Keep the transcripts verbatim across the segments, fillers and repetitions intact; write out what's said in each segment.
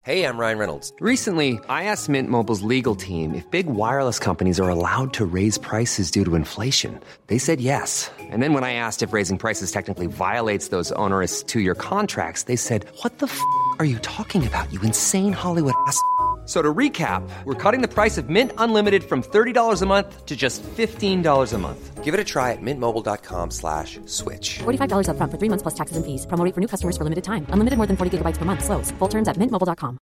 Hey, I'm Ryan Reynolds. Recently, I asked Mint Mobile's legal team if big wireless companies are allowed to raise prices due to inflation. They said yes. And then when I asked if raising prices technically violates those onerous two-year contracts, they said, what the f*** are you talking about, you insane Hollywood ass f- So to recap, we're cutting the price of Mint Unlimited from thirty dollars a month to just fifteen dollars a month. Give it a try at mintmobile.com slash switch. forty-five dollars up front for three months plus taxes and fees. Promo rate for new customers for limited time. Unlimited more than forty gigabytes per month. Slows full terms at mint mobile dot com.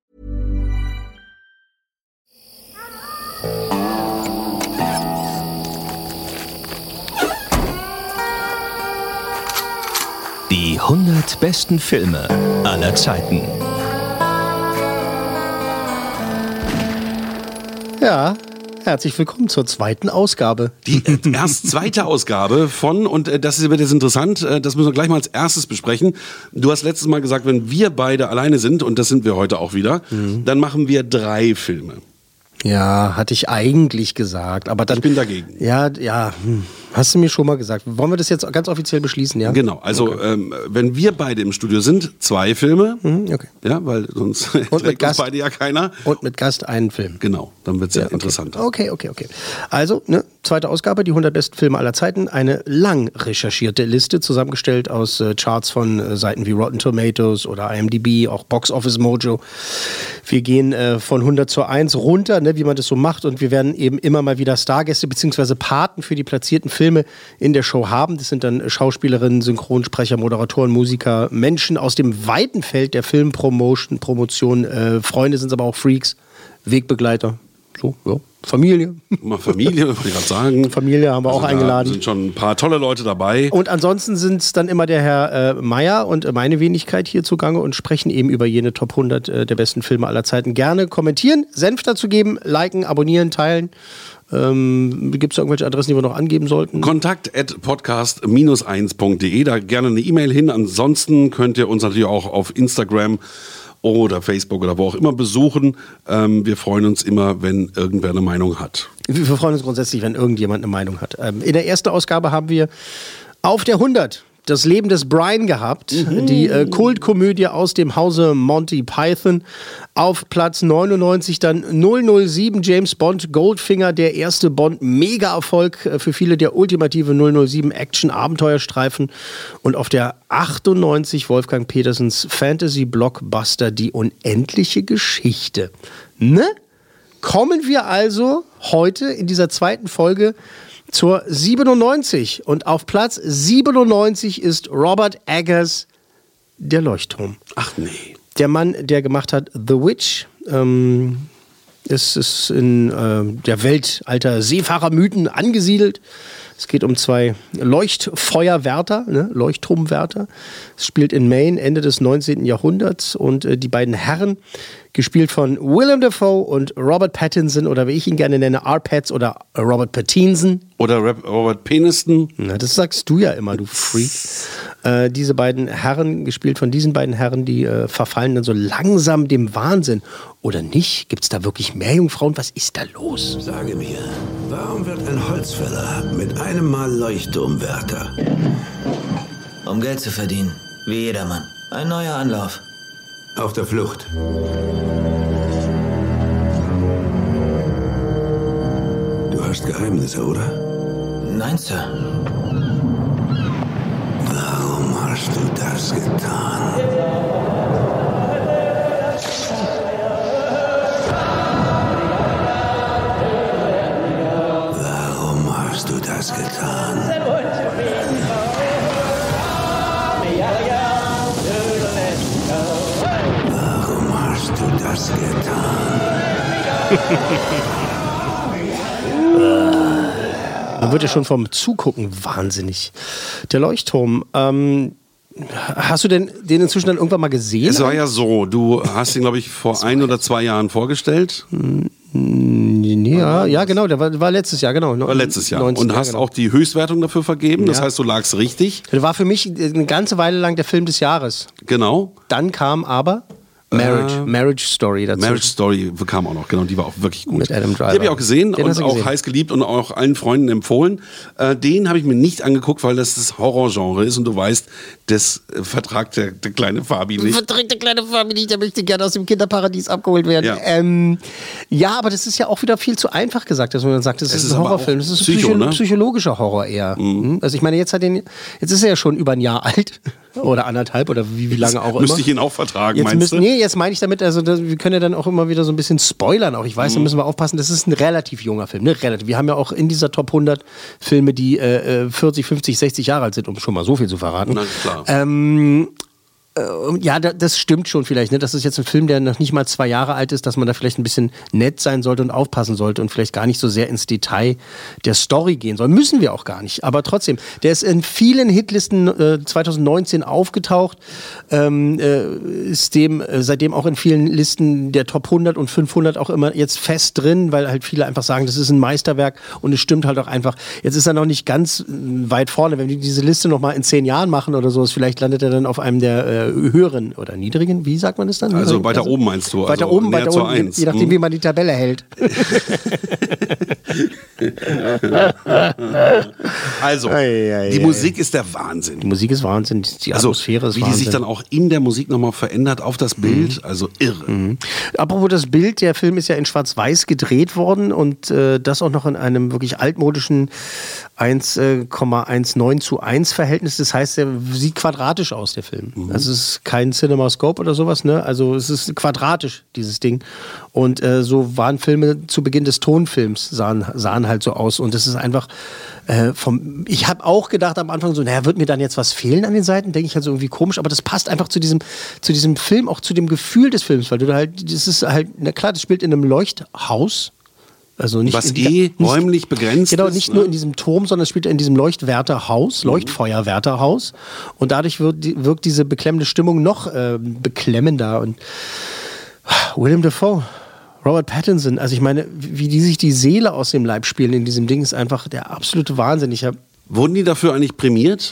Die hundert besten Filme aller Zeiten. Ja, herzlich willkommen zur zweiten Ausgabe. Die äh, erst zweite Ausgabe von, und äh, das ist jetzt interessant, äh, das müssen wir gleich mal als erstes besprechen. Du hast letztes Mal gesagt, wenn wir beide alleine sind, und das sind wir heute auch wieder, mhm. dann machen wir drei Filme. Ja, hatte ich eigentlich gesagt, aber dann... Ich bin dagegen. Ja, ja, hm, hast du mir schon mal gesagt. Wollen wir das jetzt ganz offiziell beschließen, ja? Genau, also okay. ähm, wenn wir beide im Studio sind, zwei Filme, mhm, okay. ja, weil sonst und trägt uns beide ja keiner. Und mit Gast einen Film. Genau, dann wird es ja, ja okay. interessanter. Okay, okay, okay. Also, ne, zweite Ausgabe, die hundert besten Filme aller Zeiten, eine lang recherchierte Liste, zusammengestellt aus äh, Charts von äh, Seiten wie Rotten Tomatoes oder I M D B, auch Box Office Mojo. Wir gehen äh, von hundert zur eins runter, ne, wie man das so macht, und wir werden eben immer mal wieder Stargäste bzw. Paten für die platzierten Filme in der Show haben. Das sind dann Schauspielerinnen, Synchronsprecher, Moderatoren, Musiker, Menschen aus dem weiten Feld der Filmpromotion, Promotion, äh, Freunde sind es aber auch Freaks, Wegbegleiter, so, ja. Familie. Mal Familie, würde ich gerade sagen. Familie haben wir also auch eingeladen. Da sind schon ein paar tolle Leute dabei. Und ansonsten sind es dann immer der Herr äh, Meier und meine Wenigkeit hier zugange und sprechen eben über jene Top hundert äh, der besten Filme aller Zeiten. Gerne kommentieren, Senf dazu geben, liken, abonnieren, teilen. Ähm, Gibt es irgendwelche Adressen, die wir noch angeben sollten? Kontakt at podcast eins punkt de, da gerne eine E-Mail hin. Ansonsten könnt ihr uns natürlich auch auf Instagram oder Facebook oder wo auch immer besuchen. Ähm, wir freuen uns immer, wenn irgendwer eine Meinung hat. Wir freuen uns grundsätzlich, wenn irgendjemand eine Meinung hat. Ähm, in der ersten Ausgabe haben wir auf der hundert das Leben des Brian gehabt, mhm. die äh, Kultkomödie aus dem Hause Monty Python. Auf Platz neunundneunzig dann null null sieben James Bond Goldfinger, der erste Bond, Mega-Erfolg äh, für viele, der ultimative null null sieben Action-Abenteuerstreifen. Und auf der achtundneunzig Wolfgang Petersens Fantasy-Blockbuster Die unendliche Geschichte. Ne? Kommen wir also heute in dieser zweiten Folge zur siebenundneunzig. Und auf Platz siebenundneunzig ist Robert Eggers Der Leuchtturm. Ach nee. Der Mann, der gemacht hat The Witch. Ähm, es ist in äh, der Welt alter Seefahrermythen angesiedelt. Es geht um zwei Leuchtfeuerwärter, ne? Leuchtturmwärter. Es spielt in Maine Ende des neunzehnten Jahrhunderts und äh, die beiden Herren, gespielt von Willem Dafoe und Robert Pattinson, oder wie ich ihn gerne nenne, R-Pats oder Robert Pattinson. Oder Robert Peniston. Na, das sagst du ja immer, du Freak. Äh, diese beiden Herren, gespielt von diesen beiden Herren, die äh, verfallen dann so langsam dem Wahnsinn. Oder nicht? Gibt es da wirklich Meerjungfrauen? Was ist da los? Sage mir, warum wird ein Holzfäller mit einem Mal Leuchtturmwärter? Um Geld zu verdienen, wie jedermann. Ein neuer Anlauf. Auf der Flucht. Du hast Geheimnisse, oder? Nein, Sir. Warum hast du das getan? Warum hast du das getan? Warum hast du das getan? Man wird ja schon vom Zugucken wahnsinnig. Der Leuchtturm, ähm, hast du denn den inzwischen dann irgendwann mal gesehen? Es war ja so, du hast ihn, glaube ich, vor ein oder zwei Jahren vorgestellt. Ja, ja, genau, der war, war letztes Jahr, genau. War letztes Jahr. neunzehn, und hast genau. auch die Höchstwertung dafür vergeben, das Ja. heißt, du lagst richtig. Der war für mich eine ganze Weile lang der Film des Jahres. Genau. Dann kam aber Marriage, Äh, Marriage Story dazu. Marriage Story kam auch noch, genau, die war auch wirklich gut. Mit Adam Driver. Die habe ich auch gesehen Den und hast du auch gesehen. heiß geliebt und auch allen Freunden empfohlen. Äh, den habe ich mir nicht angeguckt, weil das das Horrorgenre ist und du weißt, das äh, vertragt der, der kleine Fabi nicht. Verträgt der kleine Fabi nicht, der möchte gerne aus dem Kinderparadies abgeholt werden. Ja. Ähm, ja, aber das ist ja auch wieder viel zu einfach gesagt, dass man sagt, das Es ist, ist ein aber Horrorfilm. auch Das ist ein Psycho, psycho- ne? psychologischer Horror eher. Mhm. Also ich meine, jetzt hat den, jetzt ist er ja schon über ein Jahr alt oder anderthalb oder wie, wie lange auch immer. Müsste ich ihn auch vertragen, Jetzt meinst müssen, du? nee, jetzt meine ich damit, also das, wir können ja dann auch immer wieder so ein bisschen spoilern. Auch ich weiß, Mhm. da müssen wir aufpassen, das ist ein relativ junger Film. Ne? Relativ. Wir haben ja auch in dieser Top hundert Filme, die äh, vierzig, fünfzig, sechzig Jahre alt sind, um schon mal so viel zu verraten. Na klar. Ähm, ja, das stimmt schon vielleicht. Ne? Das ist jetzt ein Film, der noch nicht mal zwei Jahre alt ist, dass man da vielleicht ein bisschen nett sein sollte und aufpassen sollte und vielleicht gar nicht so sehr ins Detail der Story gehen soll. Müssen wir auch gar nicht. Aber trotzdem, der ist in vielen Hitlisten äh, zwanzig neunzehn aufgetaucht, ähm, äh, ist dem, äh, seitdem auch in vielen Listen der Top hundert und fünfhundert auch immer jetzt fest drin, weil halt viele einfach sagen, das ist ein Meisterwerk und es stimmt halt auch einfach. Jetzt ist er noch nicht ganz weit vorne. Wenn wir diese Liste noch mal in zehn Jahren machen oder so, vielleicht landet er dann auf einem der äh, höheren oder niedrigen, wie sagt man das dann? Also weiter oben meinst du? Weiter also oben, näher weiter zur oben, eins. je nachdem, Hm. wie man die Tabelle hält. Also, Ei, ei, die ei. Musik ist der Wahnsinn. Die Musik ist Wahnsinn, die Also, Atmosphäre ist wie Wahnsinn. die sich dann auch in der Musik nochmal verändert auf das Bild, also irre. Mhm. Apropos das Bild, der Film ist ja in Schwarz-Weiß gedreht worden und äh, das auch noch in einem wirklich altmodischen eins Komma neunzehn zu eins Verhältnis. Das heißt, er sieht quadratisch aus, der Film. Mhm. Also es ist kein CinemaScope oder sowas, ne? Also es ist quadratisch, dieses Ding. Und äh, so waren Filme zu Beginn des Tonfilms, sahen, sahen halt so aus. Und das ist einfach äh, vom. Ich habe auch gedacht am Anfang so, naja, wird mir dann jetzt was fehlen an den Seiten? Denke ich halt so irgendwie komisch, aber das passt einfach zu diesem, zu diesem Film, auch zu dem Gefühl des Films, weil du da halt, das ist halt, na klar, das spielt in einem Leuchthaus. Also nicht Was in die, eh nicht, räumlich begrenzt genau, ist. nicht ne? nur in diesem Turm, sondern es spielt in diesem Leuchtwärterhaus, Mhm. Leuchtfeuerwärterhaus. Und dadurch wird, die- wirkt diese beklemmende Stimmung noch äh, beklemmender. Und Willem Dafoe, Robert Pattinson, also ich meine, wie die sich die Seele aus dem Leib spielen in diesem Ding, ist einfach der absolute Wahnsinn. Ich hab, Wurden die dafür eigentlich prämiert?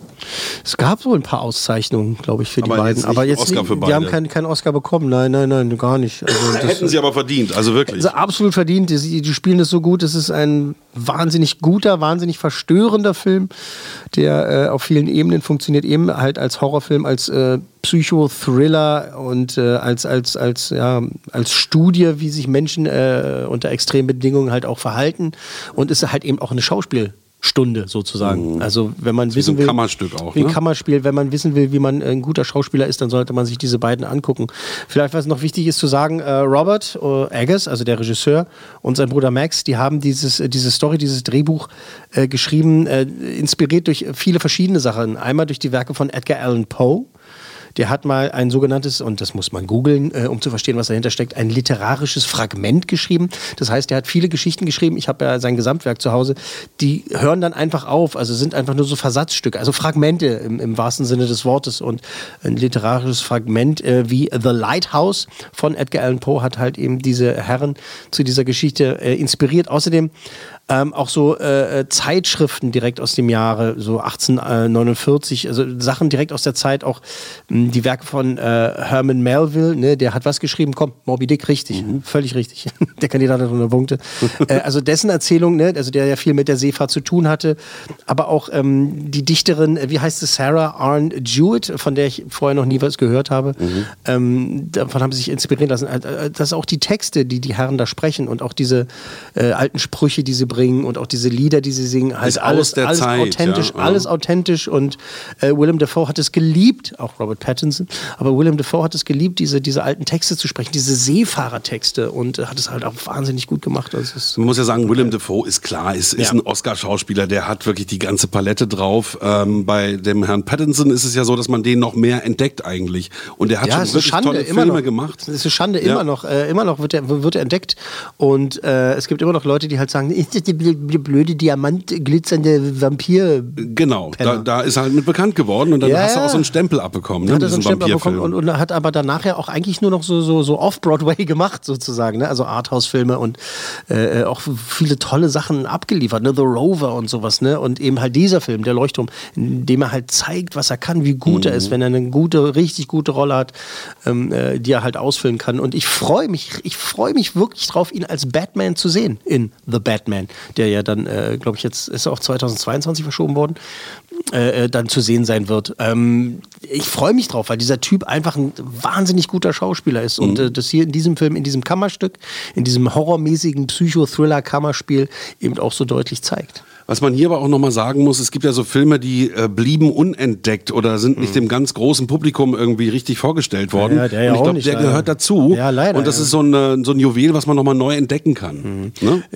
es gab wohl ein paar Auszeichnungen, glaube ich, für die Aber beiden. jetzt nicht Aber einen jetzt Oscar für die beide. haben keinen keinen Oscar bekommen. Nein, nein, nein, gar nicht. Also das, Hätten sie aber verdient, also wirklich. Also absolut verdient. Die, die spielen das so gut. Es ist ein wahnsinnig guter, wahnsinnig verstörender Film, der äh, auf vielen Ebenen funktioniert. Eben halt als Horrorfilm, als äh, Psychothriller und äh, als, als, als, ja, als Studie, wie sich Menschen äh, unter extremen Bedingungen halt auch verhalten. Und ist halt eben auch eine Schauspiel- Stunde sozusagen. Mhm. Also wenn man Wie wissen so ein will, Kammerstück auch, wie ein ne? Kammerspiel, wenn man wissen will, wie man ein guter Schauspieler ist, dann sollte man sich diese beiden angucken. Vielleicht, was noch wichtig ist zu sagen, äh, Robert äh, Eggers, also der Regisseur, und sein Bruder Max, die haben dieses, äh, diese Story, dieses Drehbuch äh, geschrieben, äh, inspiriert durch viele verschiedene Sachen. Einmal durch die Werke von Edgar Allan Poe. Der hat mal ein sogenanntes, und das muss man googeln, äh, um zu verstehen, was dahinter steckt, ein literarisches Fragment geschrieben. Das heißt, er hat viele Geschichten geschrieben. Ich habe ja sein Gesamtwerk zu Hause. Die hören dann einfach auf, also sind einfach nur so Versatzstücke, also Fragmente im, im wahrsten Sinne des Wortes. Und ein literarisches Fragment äh, wie The Lighthouse von Edgar Allan Poe hat halt eben diese Herren zu dieser Geschichte äh, inspiriert. Außerdem Ähm, auch so äh, Zeitschriften direkt aus dem Jahre, so achtzehnhundertneunundvierzig, also Sachen direkt aus der Zeit, auch mh, die Werke von äh, Herman Melville, ne, der hat was geschrieben, komm, Moby Dick, richtig, Mhm. völlig richtig, der Kandidat hat hundert Punkte. äh, also dessen Erzählung, ne, also der ja viel mit der Seefahrt zu tun hatte, aber auch ähm, die Dichterin, äh, wie heißt es, Sarah Arne Jewett, von der ich vorher noch nie was gehört habe, Mhm. ähm, davon haben sie sich inspirieren lassen. Äh, Das auch die Texte, die die Herren da sprechen und auch diese äh, alten Sprüche, die sie bringen und auch diese Lieder, die sie singen, halt Ist aus alles, der alles Zeit, authentisch, ja. alles authentisch und äh, Willem Dafoe hat es geliebt, auch Robert Pattinson, aber Willem Dafoe hat es geliebt, diese, diese alten Texte zu sprechen, diese Seefahrertexte und äh, hat es halt auch wahnsinnig gut gemacht. Also es ist Man muss ja sagen, Willem Dafoe ist klar, ist, ist Ja. ein Oscar-Schauspieler, der hat wirklich die ganze Palette drauf. Ähm, bei dem Herrn Pattinson ist es ja so, dass man den noch mehr entdeckt eigentlich. Und der hat ja, schon es ist wirklich Schande, tolle immer Filme noch. gemacht. Es ist Schande, Ja. immer noch. Äh, immer noch wird er, wird er entdeckt. Und äh, es gibt immer noch Leute, die halt sagen, ist das der bl- bl- blöde Diamant glitzernde Vampir? Genau, da, Penner. da ist er halt mit bekannt geworden und dann Ja, hast du ja. auch so einen Stempel abbekommen. Ne? hat er so einen diesen Stempel bekommen Vampirfilm. und, und hat aber danach ja auch eigentlich nur noch so, so, so Off-Broadway gemacht sozusagen, ne? Also Arthouse-Filme und äh, auch viele tolle Sachen abgeliefert, ne? The Rover und sowas, ne? Und eben halt dieser Film, der Leuchtturm, in dem er halt zeigt, was er kann, wie gut mhm. er ist, wenn er eine gute, richtig gute Rolle hat, ähm, äh, die er halt ausfüllen kann. Und ich freue mich, ich freue mich wirklich drauf, ihn als Batman zu sehen in The Batman, der ja dann, äh, glaube ich, jetzt ist er auf zweitausendzweiundzwanzig verschoben worden, äh, dann zu sehen sein wird. Ähm, ich freue mich drauf, weil dieser Typ einfach ein wahnsinnig guter Schauspieler ist und äh, das hier in diesem Film, in diesem Kammerstück, in diesem horrormäßigen Psycho-Thriller-Kammerspiel eben auch so deutlich zeigt. Was man hier aber auch nochmal sagen muss, es gibt ja so Filme, die äh, blieben unentdeckt oder sind nicht dem ganz großen Publikum irgendwie richtig vorgestellt worden. Ja, der ja und ich auch glaube, nicht, der leider. gehört dazu. Ja, leider, und das ja. ist so ein, so ein Juwel, was man nochmal neu entdecken kann. Mhm. Ne?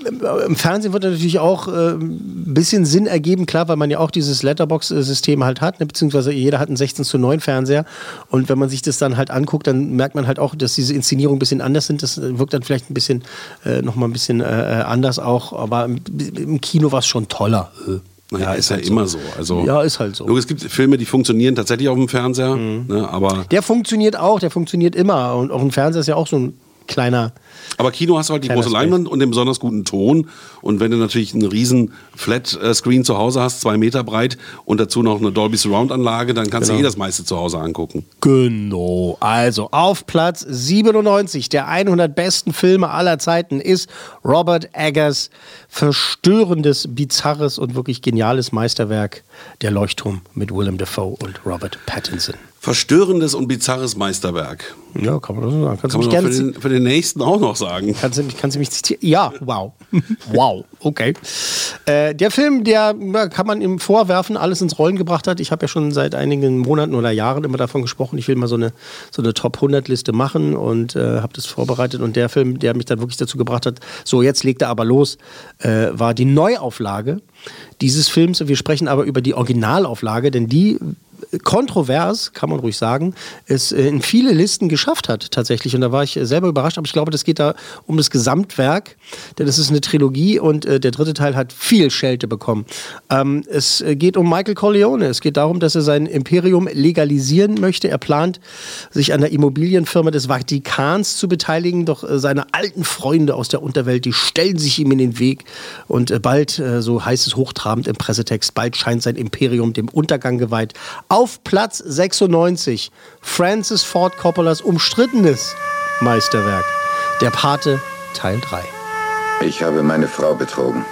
Im Fernsehen wird natürlich auch äh, ein bisschen Sinn ergeben, klar, weil man ja auch dieses Letterbox-System halt hat, ne? Beziehungsweise jeder hat einen sechzehn zu neun Fernseher und wenn man sich das dann halt anguckt, dann merkt man halt auch, dass diese Inszenierungen ein bisschen anders sind. Das wirkt dann vielleicht ein bisschen, äh, nochmal ein bisschen äh, anders auch, aber im, im Kino war es schon toller. Naja, Ja, ist, ist ja halt immer so. Also, Ja, ist halt so. Es gibt Filme, die funktionieren tatsächlich auf dem Fernseher, Mhm. ne, aber, Der funktioniert auch, der funktioniert immer und auch ein Fernseher ist ja auch so ein kleiner... aber Kino hast du halt die Kleiner große Space. Leinwand und den besonders guten Ton. Und wenn du natürlich einen riesen Flat-Screen zu Hause hast, zwei Meter breit und dazu noch eine Dolby Surround-Anlage, dann kannst Genau. du eh das meiste zu Hause angucken. Genau. Also auf Platz siebenundneunzig der hundert besten Filme aller Zeiten ist Robert Eggers verstörendes, bizarres und wirklich geniales Meisterwerk Der Leuchtturm mit Willem Dafoe und Robert Pattinson. Verstörendes und bizarres Meisterwerk. Ja, kann man das so sagen. Kannst Kann du man mich doch gerne für den, für den nächsten auch noch sagen. Kannst du, kannst du mich zitieren? Ja, wow. Wow, okay. Äh, der Film, der na, kann man ihm vorwerfen, alles ins Rollen gebracht hat. Ich habe ja schon seit einigen Monaten oder Jahren immer davon gesprochen, ich will mal so eine, so eine Top hundert Liste machen und äh, habe das vorbereitet. Und der Film, der mich dann wirklich dazu gebracht hat, so jetzt legt er aber los, äh, war die Neuauflage dieses Films. Wir sprechen aber über die Originalauflage, denn die kontrovers, kann man ruhig sagen, es in viele Listen geschafft hat tatsächlich. Und da war ich selber überrascht, aber ich glaube, das geht da um das Gesamtwerk, denn es ist eine Trilogie und äh, der dritte Teil hat viel Schelte bekommen. Ähm, es geht um Michael Corleone. Es geht darum, dass er sein Imperium legalisieren möchte. Er plant, sich an der Immobilienfirma des Vatikans zu beteiligen, doch äh, seine alten Freunde aus der Unterwelt, die stellen sich ihm in den Weg und äh, bald, äh, so heißt es hochtrabend im Pressetext, bald scheint sein Imperium dem Untergang geweiht. Auf Platz sechsundneunzig Francis Ford Coppolas umstrittenes Meisterwerk, Der Pate Teil drei. Ich habe meine Frau betrogen.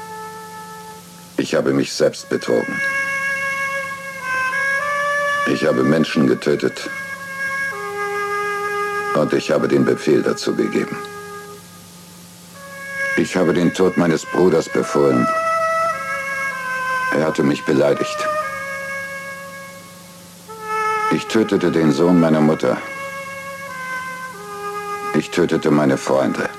Ich habe mich selbst betrogen. Ich habe Menschen getötet. Und ich habe den Befehl dazu gegeben. Ich habe den Tod meines Bruders befohlen. Er hatte mich beleidigt. Ich tötete den Sohn meiner Mutter. Ich tötete meine Freunde.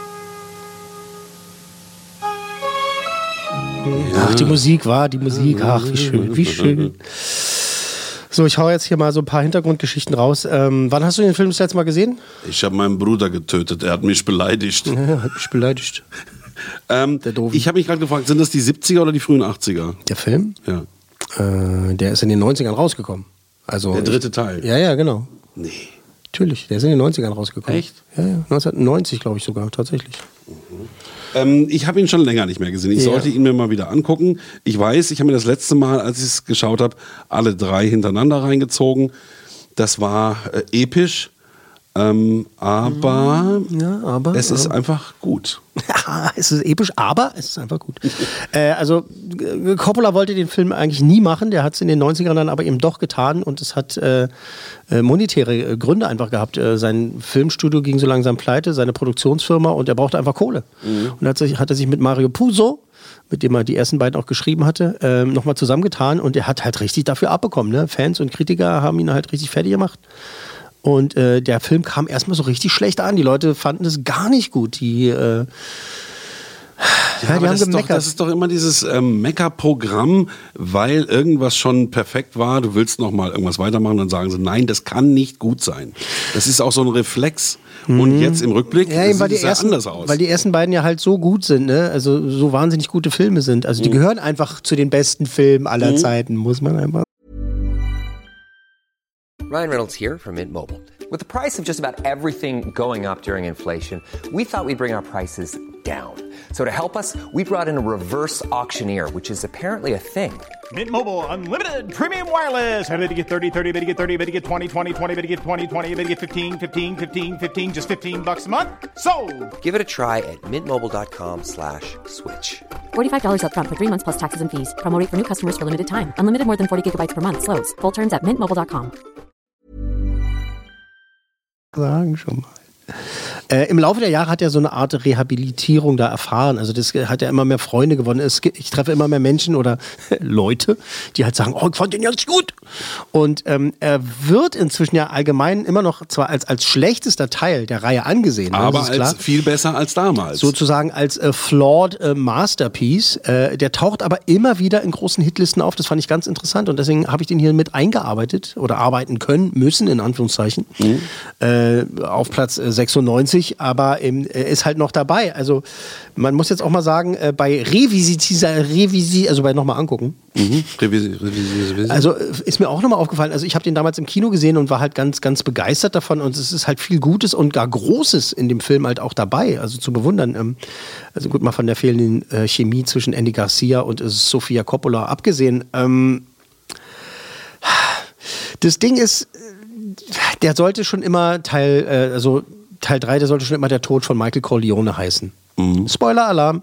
Ach, die Musik war, die Musik, ach, wie schön, wie schön. So, ich hau jetzt hier mal so ein paar Hintergrundgeschichten raus. Ähm, wann hast du den Film das letzte Mal gesehen? Ich habe meinen Bruder getötet, er hat mich beleidigt. Ja, hat mich beleidigt. Ähm, ich habe mich gerade gefragt, sind das die siebziger oder die frühen achtziger? Der Film? Ja. Äh, der ist in den neunzigern rausgekommen. Also Der dritte Teil? Ja, ja, genau. Nee. Natürlich, der ist in den neunzigern rausgekommen. Echt? Ja, ja, neunzehnhundertneunzig, glaube ich sogar, tatsächlich. Mhm. Ähm, ich habe ihn schon länger nicht mehr gesehen. Ich Ja. sollte ihn mir mal wieder angucken. Ich weiß, ich habe mir das letzte Mal, als ich es geschaut habe, alle drei hintereinander reingezogen. Das war äh, episch, ähm, aber, ja, aber es ist aber. einfach gut. Ja, es ist episch, aber es ist einfach gut. äh, also äh, Coppola wollte den Film eigentlich nie machen, der hat es in den neunzigern dann aber eben doch getan und es hat äh, äh, monetäre äh, Gründe einfach gehabt. Äh, sein Filmstudio ging so langsam pleite, seine Produktionsfirma, und er brauchte einfach Kohle. Mhm. Und hat, sich, hat er sich mit Mario Puzo, mit dem er die ersten beiden auch geschrieben hatte, ähm, nochmal zusammengetan und er hat halt richtig dafür abbekommen. Ne? Fans und Kritiker haben ihn halt richtig fertig gemacht. Und äh, der Film kam erstmal so richtig schlecht an. Die Leute fanden es gar nicht gut. Die, äh, ja, Ja, die aber haben das, ist doch, gemeckert. das ist doch immer dieses ähm, Mecker-Programm, weil irgendwas schon perfekt war, du willst noch mal irgendwas weitermachen, dann sagen sie, nein, das kann nicht gut sein. Das ist auch so ein Reflex. Und jetzt im Rückblick Ja, eben, weil sieht die es ja ersten, anders aus. Weil die ersten beiden ja halt so gut sind, ne? Also so wahnsinnig gute Filme sind. Also die Mhm. gehören einfach zu den besten Filmen aller Mhm. Zeiten, muss man einfach Ryan Reynolds here from Mint Mobile. With the price of just about everything going up during inflation, we thought we'd bring our prices down. So to help us, we brought in a reverse auctioneer, which is apparently a thing. Mint Mobile Unlimited Premium Wireless. How to get thirty, thirty, how to get thirty, how to get twenty, twenty, twenty, how to get twenty, twenty, how to get fifteen, fifteen, fifteen, fifteen, just fifteen bucks a month? Sold! Give it a try at mintmobile.com slash switch. forty-five dollars up front for three months plus taxes and fees. Promo rate for new customers for limited time. Unlimited more than forty gigabytes per month. Slows full terms at mint mobile dot com. Sagen schon mal. Äh, Im Laufe der Jahre hat er so eine Art Rehabilitierung da erfahren. Also das hat er immer mehr Freunde gewonnen. Es gibt, ich treffe immer mehr Menschen oder Leute, die halt sagen, oh, ich fand den jetzt gut. Und ähm, er wird inzwischen ja allgemein immer noch zwar als, als schlechtester Teil der Reihe angesehen. Aber als klar. viel besser als damals. Sozusagen als äh, flawed äh, Masterpiece. Äh, der taucht aber immer wieder in großen Hitlisten auf. Das fand ich ganz interessant. Und deswegen habe ich den hier mit eingearbeitet oder arbeiten können, müssen, in Anführungszeichen. Mhm. Äh, auf Platz äh, sechsundneunzig, aber ähm, er ist halt noch dabei. Also man muss jetzt auch mal sagen, äh, bei Revisi, Revisi, also bei nochmal angucken. Mhm. Revisi, Revisi, Revisi. Also ist mir auch nochmal aufgefallen, also ich habe den damals im Kino gesehen und war halt ganz, ganz begeistert davon und es ist halt viel Gutes und gar Großes in dem Film halt auch dabei, also zu bewundern. Ähm, also gut, mal von der fehlenden äh, Chemie zwischen Andy Garcia und äh, Sofia Coppola abgesehen. Ähm, das Ding ist, der sollte schon immer Teil, äh, also Teil drei, der sollte schon immer der Tod von Michael Corleone heißen. Mhm. Spoiler-Alarm.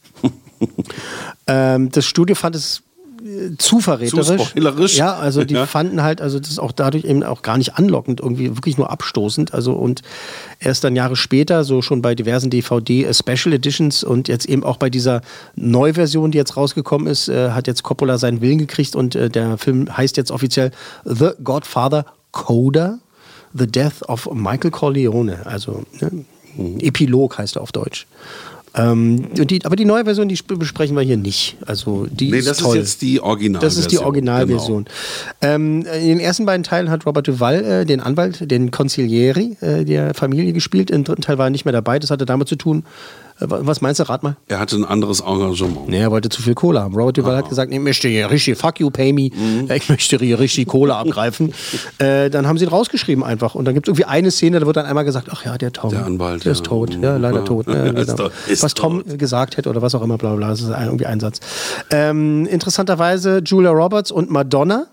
ähm, das Studio fand es äh, zu verräterisch. Zu spoilerisch. Ja, also die ja. fanden halt, also das ist auch dadurch eben auch gar nicht anlockend, irgendwie wirklich nur abstoßend. Also und erst dann Jahre später, so schon bei diversen D V D-Special Editions und jetzt eben auch bei dieser Neuversion, die jetzt rausgekommen ist, äh, hat jetzt Coppola seinen Willen gekriegt und äh, der Film heißt jetzt offiziell The Godfather Coda. The Death of Michael Corleone, also ne, Epilog heißt er auf Deutsch. Ähm, die, aber die neue Version, die besprechen wir hier nicht. Also die nee, ist das toll. ist jetzt die Originalversion. Das ist die Originalversion. Genau. Ähm, in den ersten beiden Teilen hat Robert Duvall äh, den Anwalt, den Consigliere äh, der Familie gespielt. Im dritten Teil war er nicht mehr dabei. Das hatte damit zu tun. Äh, was meinst du, rat mal? Er hatte ein anderes Engagement. Nee, er wollte zu viel Kohle haben. Robert Duvall Aha. hat gesagt, ich möchte hier richtig, fuck you, pay me. Mhm. Ich möchte hier richtig Kohle abgreifen. äh, dann haben sie ihn rausgeschrieben einfach. Und dann gibt es irgendwie eine Szene, da wird dann einmal gesagt, ach ja, der Tom. Der Anwalt. Der ist tot. Ja, leider ja. tot. Ja, ist doch, ist was Tom tot. gesagt hätte oder was auch immer, bla bla. Das ist irgendwie ein Satz. Ähm, interessanterweise Julia Roberts und Madonna,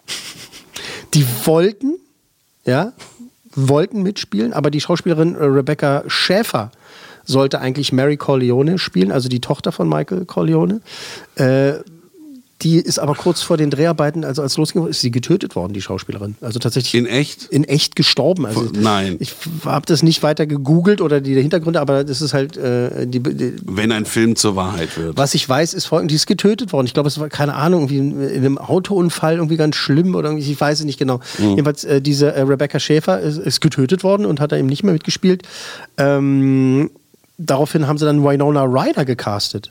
die wollten, ja, wollten mitspielen, aber die Schauspielerin Rebecca Schäfer sollte eigentlich Mary Corleone spielen, also die Tochter von Michael Corleone. Äh, die ist aber kurz vor den Dreharbeiten, also als losging, ist sie getötet worden, die Schauspielerin. Also tatsächlich in echt? In echt gestorben. Also Nein. Ich habe das nicht weiter gegoogelt oder die Hintergründe, aber das ist halt äh, die, die, wenn ein Film zur Wahrheit wird. Was ich weiß, ist folgendes, die ist getötet worden. Ich glaube, es war, keine Ahnung, irgendwie in, in einem Autounfall irgendwie ganz schlimm oder irgendwie, ich weiß es nicht genau. Mhm. Jedenfalls, äh, diese äh, Rebecca Schäfer ist, ist getötet worden und hat da eben nicht mehr mitgespielt. Ähm, daraufhin haben sie dann Winona Ryder gecastet.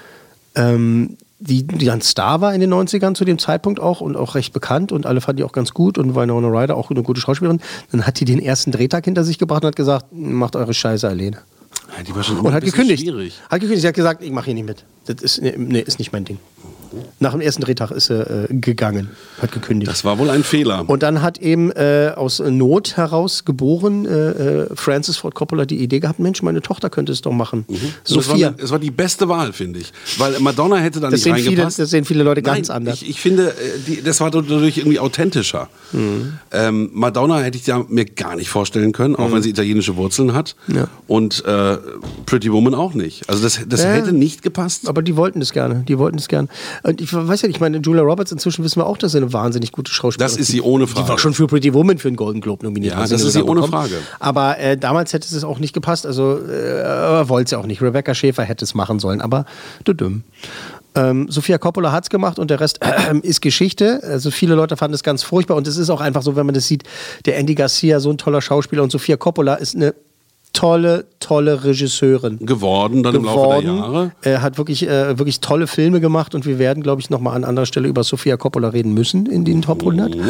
Ähm, die, die ein Star war in den neunzigern zu dem Zeitpunkt auch und auch recht bekannt und alle fanden die auch ganz gut und Winona Ryder auch eine gute Schauspielerin. Dann hat die den ersten Drehtag hinter sich gebracht und hat gesagt, macht eure Scheiße alleine. Ja, die war schon und hat gekündigt. Schwierig. Hat gekündigt. Sie hat gesagt, ich mache hier nicht mit. Das ist, nee, ist nicht mein Ding. Nach dem ersten Drehtag ist er äh, gegangen, hat gekündigt. Das war wohl ein Fehler. Und dann hat eben äh, aus Not heraus geboren äh, Francis Ford Coppola die Idee gehabt, Mensch, meine Tochter könnte es doch machen. Mhm. Sophia. Es war, war die beste Wahl, finde ich. Weil Madonna hätte da das nicht reingepasst. Viele, das sehen viele Leute Nein, ganz anders. Ich, ich finde, die, das war dadurch irgendwie authentischer. Mhm. Ähm, Madonna hätte ich ja mir gar nicht vorstellen können, auch mhm. wenn sie italienische Wurzeln hat. Ja. Und äh, Pretty Woman auch nicht. Also das, das ja, hätte nicht gepasst. Aber die wollten das gerne. Die wollten das gerne. Und ich weiß ja nicht, ich meine, Julia Roberts, inzwischen wissen wir auch, dass sie eine wahnsinnig gute Schauspielerin ist. Das ist sie ohne Frage. Die war schon für Pretty Woman für einen Golden Globe nominiert. Ja, das ist sie ohne Frage. Aber äh, damals hätte es auch nicht gepasst, also äh, wollte sie auch nicht. Rebecca Schäfer hätte es machen sollen, aber düdüm. Ähm, Sofia Coppola hat es gemacht und der Rest äh, ist Geschichte. Also viele Leute fanden es ganz furchtbar und es ist auch einfach so, wenn man das sieht, der Andy Garcia, so ein toller Schauspieler und Sofia Coppola ist eine tolle, tolle Regisseurin. Geworden dann geworden, im Laufe der Jahre. Er hat wirklich, äh, wirklich tolle Filme gemacht und wir werden, glaube ich, nochmal an anderer Stelle über Sofia Coppola reden müssen in den Top hundert. Oh.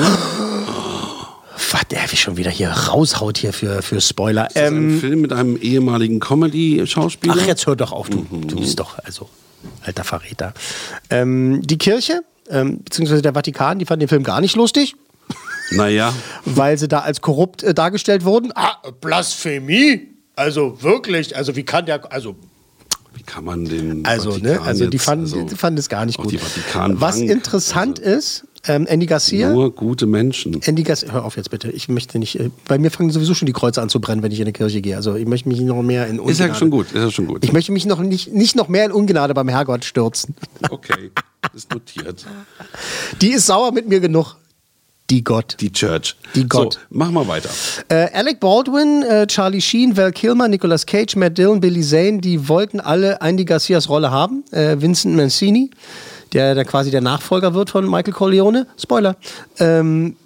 Was der wie schon wieder hier raushaut hier für, für Spoiler. Ist das ähm, ein Film mit einem ehemaligen Comedy-Schauspieler? Ach, jetzt hör doch auf, du, mhm. du bist doch, also, alter Verräter. Ähm, die Kirche, ähm, beziehungsweise der Vatikan, die fanden den Film gar nicht lustig. Naja. Weil sie da als korrupt äh, dargestellt wurden. Ah, Blasphemie? Also wirklich, also wie kann der, also... Wie kann man den Also, Vatikan ne, also die jetzt, fanden, also die fanden es gar nicht gut. Die Vatikan Was interessant also, ist, ähm, Andy Garcia... Nur gute Menschen. Andy Garcia, hör auf jetzt bitte, ich möchte nicht... Äh, bei mir fangen sowieso schon die Kreuze an zu brennen, wenn ich in die Kirche gehe. Also ich möchte mich noch mehr in Ungnade... Ist ja schon gut, ist ja schon gut. Ich möchte mich noch nicht, nicht noch mehr in Ungnade beim Herrgott stürzen. Okay, ist notiert. Die ist sauer mit mir genug. Die Gott. Die Church. Die Gott. So, mach mal weiter. Äh, Alec Baldwin, äh, Charlie Sheen, Val Kilmer, Nicolas Cage, Matt Dillon, Billy Zane, die wollten alle Andy Garcias Rolle haben. Äh, Vincent Mancini, der, der quasi der Nachfolger wird von Michael Corleone. Spoiler. Ähm,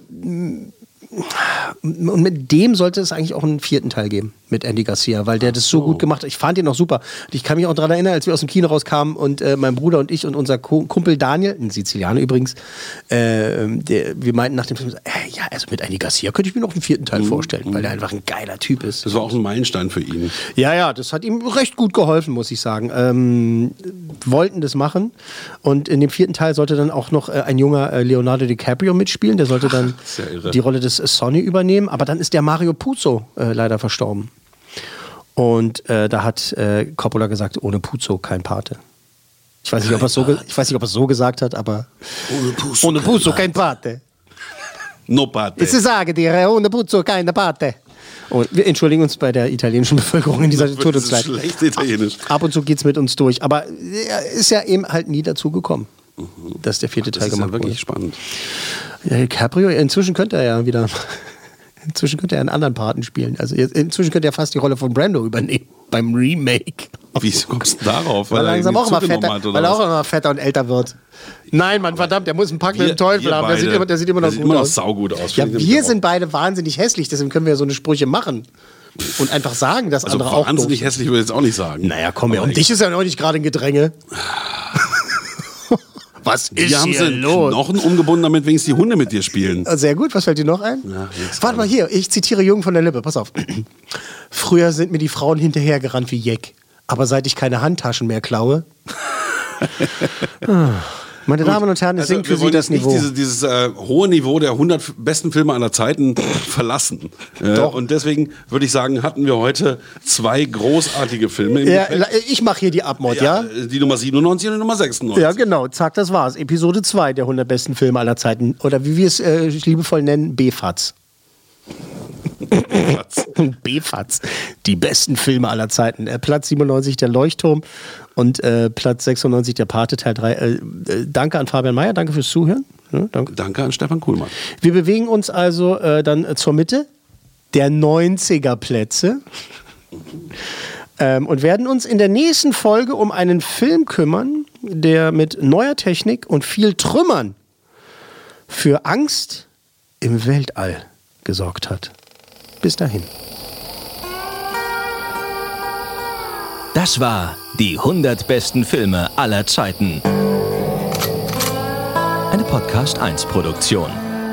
und mit dem sollte es eigentlich auch einen vierten Teil geben, mit Andy Garcia, weil der das so gut gemacht hat. Ich fand ihn auch super. Ich kann mich auch daran erinnern, als wir aus dem Kino rauskamen und äh, mein Bruder und ich und unser Kumpel Daniel, ein Sizilianer übrigens, äh, der, wir meinten nach dem Film, äh, ja, also mit Andy Garcia könnte ich mir noch einen vierten Teil mhm. vorstellen, weil der einfach ein geiler Typ ist. Das war auch ein Meilenstein für ihn. Ja, ja, das hat ihm recht gut geholfen, muss ich sagen. Ähm, wollten das machen und in dem vierten Teil sollte dann auch noch äh, ein junger äh, Leonardo DiCaprio mitspielen, der sollte dann Ach, die Rolle des Sonny übernehmen, aber dann ist der Mario Puzo äh, leider verstorben. Und äh, da hat äh, Coppola gesagt, ohne Puzo kein Pate. Ich weiß nicht, ob er so, ge- ich weiß nicht, ob er so gesagt hat, aber ohne Puzo, ohne Puzo kein Pate. No Pate. Ich sage dir, ohne Puzo keine Pate. Und wir entschuldigen uns bei der italienischen Bevölkerung in dieser Tut uns leid. Schlecht Italienisch. Ab und zu geht's mit uns durch, aber er ist ja eben halt nie dazu gekommen, mhm. dass der vierte Teil gemacht wurde. Das ist ja wirklich spannend. Ja, Caprio, inzwischen könnte er ja wieder... Inzwischen könnte er einen anderen Paten spielen. Also jetzt, inzwischen könnte er fast die Rolle von Brando übernehmen beim Remake. Wieso kommst du darauf? Weil, weil er langsam auch immer fetter, hat, weil er auch immer fetter und älter wird. Nein, Mann, verdammt, der muss einen Pakt mit dem Teufel haben. Der sieht immer, der sieht immer noch, der gut, immer noch aus. saugut aus. Ja, wir sind beide wahnsinnig hässlich, deswegen können wir ja so eine Sprüche machen. Und einfach sagen, dass also andere auch wahnsinnig hässlich würde ich jetzt auch nicht sagen. Naja, komm ja, um dich ist ja noch nicht gerade ein Gedränge. Was ist wir haben hier sie los? Knochen umgebunden, damit wenigstens die Hunde mit dir spielen. Sehr gut, was fällt dir noch ein? Ja, Warte mal hier, ich zitiere Jürgen von der Lippe, pass auf. Früher sind mir die Frauen hinterhergerannt wie Jeck, aber seit ich keine Handtaschen mehr klaue... Meine Damen und Herren, es also sinkt für Sie das Niveau. Wir wollen nicht dieses, dieses äh, hohe Niveau der hundert besten Filme aller Zeiten verlassen. Äh, Doch. Und deswegen würde ich sagen, hatten wir heute zwei großartige Filme im Ja, Gepäck. ich mache hier die Abmod, ja, ja? Die Nummer siebenundneunzig und die Nummer sechsundneunzig. Ja, genau, zack, das war's. Episode zwei der hundert besten Filme aller Zeiten. Oder wie wir es äh, liebevoll nennen, B-Fatz. B-Fatz. Die besten Filme aller Zeiten. Äh, Platz siebenundneunzig der Leuchtturm und äh, Platz sechsundneunzig der Pate Teil drei. Äh, äh, danke an Fabian Mayer, danke fürs Zuhören. Ja, danke. danke an Stefan Kuhlmann. Wir bewegen uns also äh, dann äh, zur Mitte der neunziger Plätze ähm, und werden uns in der nächsten Folge um einen Film kümmern, der mit neuer Technik und viel Trümmern für Angst im Weltall gesorgt hat. Bis dahin. Das war die hundert besten Filme aller Zeiten. Eine Podcast eins Produktion.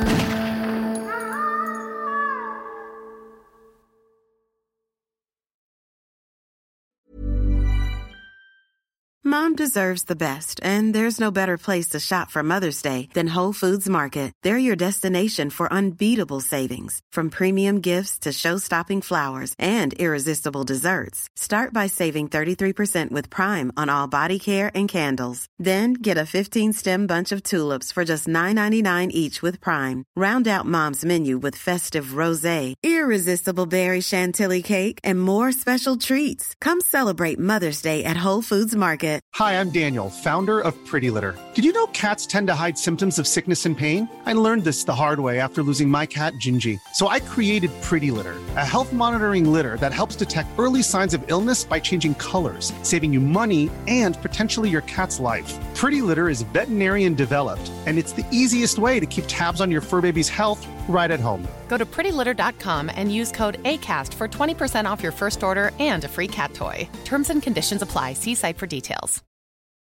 Mom deserves the best, and there's no better place to shop for Mother's Day than Whole Foods Market. They're your destination for unbeatable savings, from premium gifts to show-stopping flowers and irresistible desserts. Start by saving thirty-three percent with Prime on all body care and candles. Then get a fifteen-stem bunch of tulips for just nine ninety-nine each with Prime. Round out Mom's menu with festive rosé, irresistible berry chantilly cake, and more special treats. Come celebrate Mother's Day at Whole Foods Market. Hi, I'm Daniel, founder of Pretty Litter. Did you know cats tend to hide symptoms of sickness and pain? I learned this the hard way after losing my cat, Gingy. So I created Pretty Litter, a health monitoring litter that helps detect early signs of illness by changing colors, saving you money and potentially your cat's life. Pretty Litter is veterinarian developed, and it's the easiest way to keep tabs on your fur baby's health right at home. Go to pretty litter dot com and use code ACAST for twenty percent off your first order and a free cat toy. Terms and conditions apply. See site for details.